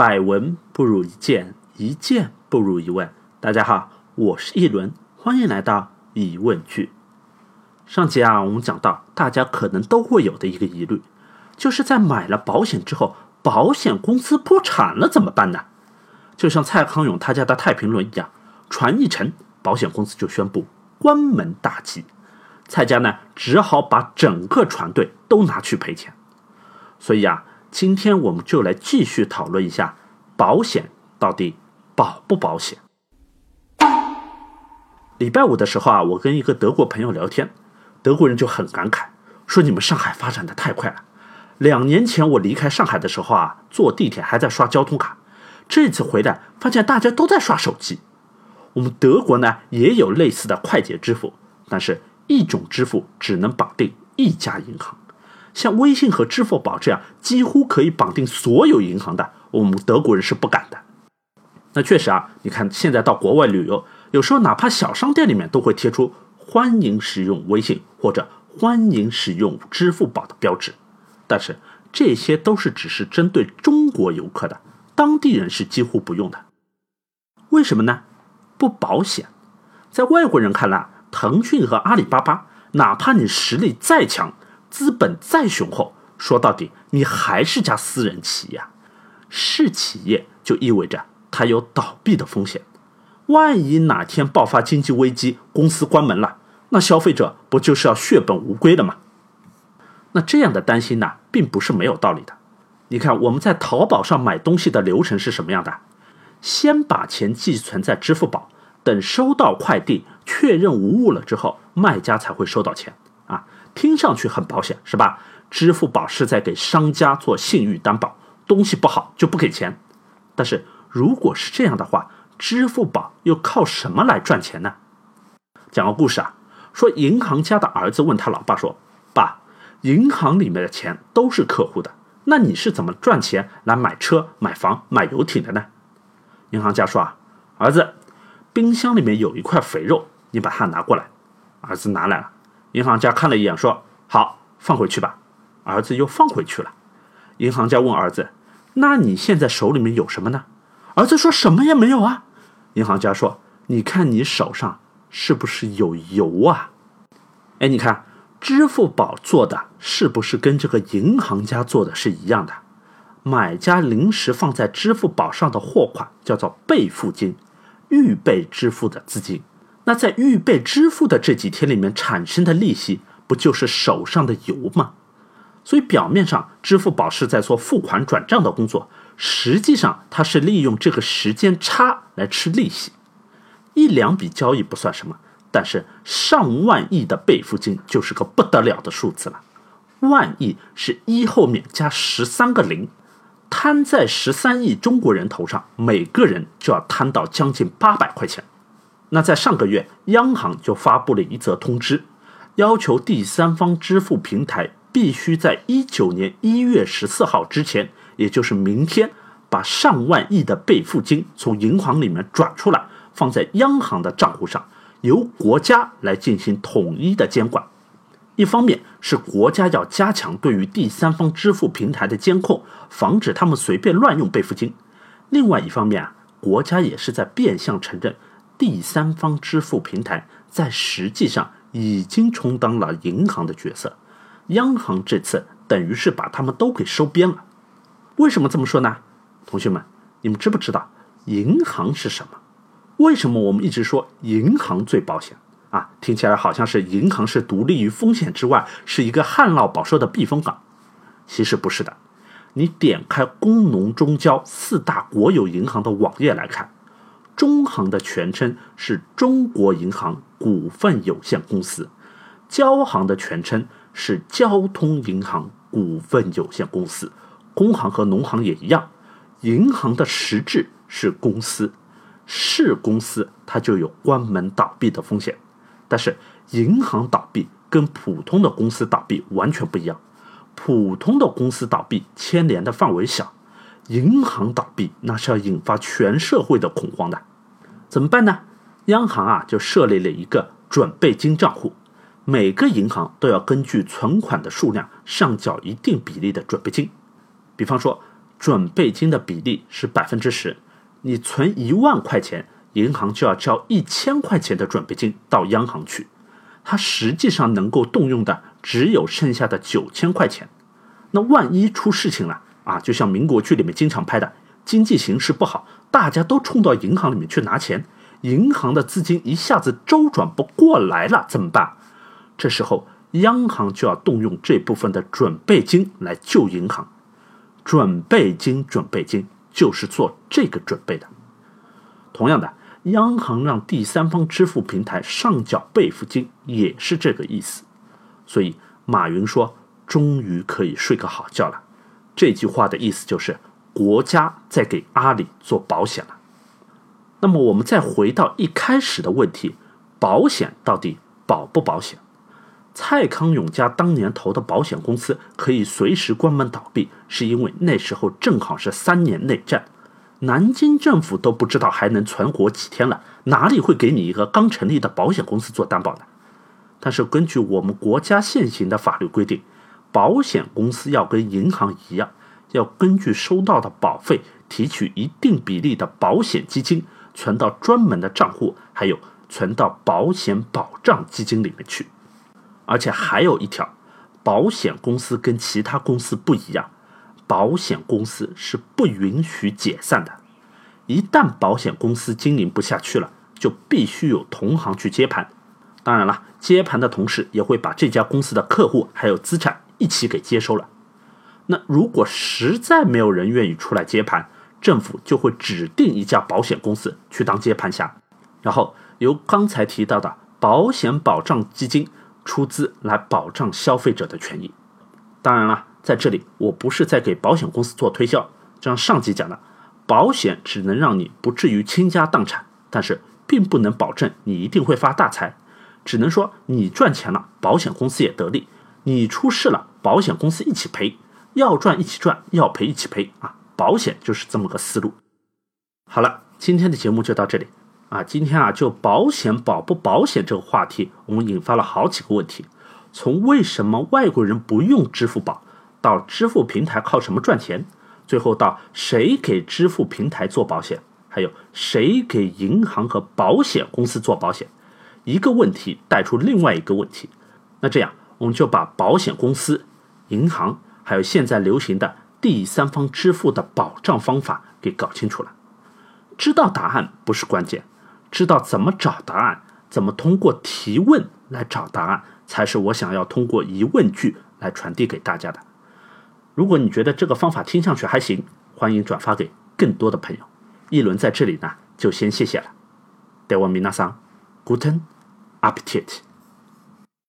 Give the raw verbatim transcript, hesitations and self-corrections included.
百闻不如一见，一见不如一问。大家好，我是一轮，欢迎来到疑问句。上集啊，我们讲到大家可能都会有的一个疑虑，就是在买了保险之后，保险公司破产了怎么办呢？就像蔡康永他家的太平轮一样，船一沉，保险公司就宣布关门大吉。蔡家呢，只好把整个船队都拿去赔钱。所以啊，今天我们就来继续讨论一下保险到底保不保险。礼拜五的时候啊，我跟一个德国朋友聊天，德国人就很感慨，说你们上海发展的太快了。两年前我离开上海的时候啊，坐地铁还在刷交通卡，这次回来发现大家都在刷手机。我们德国呢也有类似的快捷支付，但是一种支付只能绑定一家银行。像微信和支付宝这样几乎可以绑定所有银行的，我们德国人是不敢的。那确实啊，你看现在到国外旅游，有时候哪怕小商店里面都会贴出欢迎使用微信或者欢迎使用支付宝的标志。但是这些都是只是针对中国游客的，当地人是几乎不用的。为什么呢？不保险。在外国人看来，腾讯和阿里巴巴，哪怕你实力再强，资本再雄厚，说到底你还是家私人企业。是企业就意味着它有倒闭的风险。万一哪天爆发经济危机，公司关门了，那消费者不就是要血本无归了吗？那这样的担心呢，并不是没有道理的。你看我们在淘宝上买东西的流程是什么样的？先把钱寄存在支付宝，等收到快递确认无误了之后，卖家才会收到钱啊。听上去很保险是吧？支付宝是在给商家做信誉担保，东西不好就不给钱。但是如果是这样的话，支付宝又靠什么来赚钱呢？讲个故事啊，说银行家的儿子问他老爸说，爸，银行里面的钱都是客户的，那你是怎么赚钱来买车买房买游艇的呢？银行家说啊，儿子，冰箱里面有一块肥肉，你把它拿过来。儿子拿来了，银行家看了一眼说，好，放回去吧。儿子又放回去了。银行家问儿子，那你现在手里面有什么呢？儿子说，什么也没有啊。银行家说，你看你手上是不是有油啊？哎，你看支付宝做的是不是跟这个银行家做的是一样的？买家临时放在支付宝上的货款叫做备付金，预备支付的资金。那在预备支付的这几天里面产生的利息，不就是手上的油吗？所以表面上支付宝是在做付款转账的工作，实际上它是利用这个时间差来吃利息。一两笔交易不算什么，但是上万亿的备付金就是个不得了的数字了。万亿是一后面加十三个零，摊在十三亿中国人头上，每个人就要摊到将近八百块钱。那在上个月，央行就发布了一则通知，要求第三方支付平台必须在一九年一月十四号之前，也就是明天，把上万亿的备付金从银行里面转出来，放在央行的账户上，由国家来进行统一的监管。一方面是国家要加强对于第三方支付平台的监控，防止他们随便乱用备付金。另外一方面啊，国家也是在变相承认第三方支付平台在实际上已经充当了银行的角色。央行这次等于是把他们都给收编了。为什么这么说呢？同学们，你们知不知道银行是什么？为什么我们一直说银行最保险啊？听起来好像是银行是独立于风险之外，是一个旱涝保收的避风港。其实不是的。你点开工农中交四大国有银行的网页来看，中行的全称是中国银行股份有限公司，交行的全称是交通银行股份有限公司。工行和农行也一样，银行的实质是公司，是公司它就有关门倒闭的风险。但是银行倒闭跟普通的公司倒闭完全不一样，普通的公司倒闭牵连的范围小，银行倒闭那是要引发全社会的恐慌的。怎么办呢？央行啊就设立了一个准备金账户，每个银行都要根据存款的数量上缴一定比例的准备金。比方说准备金的比例是百分之十，你存一万块钱，银行就要交一千块钱的准备金到央行去，它实际上能够动用的只有剩下的九千块钱。那万一出事情了啊，就像民国剧里面经常拍的，经济形势不好，大家都冲到银行里面去拿钱，银行的资金一下子周转不过来了，怎么办？这时候央行就要动用这部分的准备金来救银行。准备金准备金就是做这个准备的。同样的，央行让第三方支付平台上缴备付金也是这个意思。所以马云说终于可以睡个好觉了，这句话的意思就是国家在给阿里做保险了。那么我们再回到一开始的问题，保险到底保不保险？蔡康永家当年投的保险公司可以随时关门倒闭，是因为那时候正好是三年内战，南京政府都不知道还能存活几天了，哪里会给你一个刚成立的保险公司做担保呢？但是根据我们国家现行的法律规定，保险公司要跟银行一样，要根据收到的保费提取一定比例的保险基金，存到专门的账户，还有存到保险保障基金里面去。而且还有一条，保险公司跟其他公司不一样，保险公司是不允许解散的。一旦保险公司经营不下去了，就必须有同行去接盘。当然了，接盘的同时也会把这家公司的客户还有资产一起给接收了。那如果实在没有人愿意出来接盘，政府就会指定一家保险公司去当接盘侠，然后由刚才提到的保险保障基金出资来保障消费者的权益。当然了，在这里我不是在给保险公司做推销，就像上集讲的，保险只能让你不至于倾家荡产，但是并不能保证你一定会发大财，只能说你赚钱了，保险公司也得利，你出事了，保险公司一起赔，要赚一起赚，要赔一起赔啊，保险就是这么个思路。好了，今天的节目就到这里啊，今天啊，就保险保不保险这个话题，我们引发了好几个问题，从为什么外国人不用支付宝，到支付平台靠什么赚钱，最后到谁给支付平台做保险，还有谁给银行和保险公司做保险，一个问题带出另外一个问题。那这样我们就把保险公司、银行还有现在流行的第三方支付的保障方法给搞清楚了。知道答案不是关键，知道怎么找答案，怎么通过提问来找答案，才是我想要通过疑问句来传递给大家的。如果你觉得这个方法听上去还行，欢迎转发给更多的朋友。一轮在这里呢，就先谢谢了。では皆さん、Guten Appetit。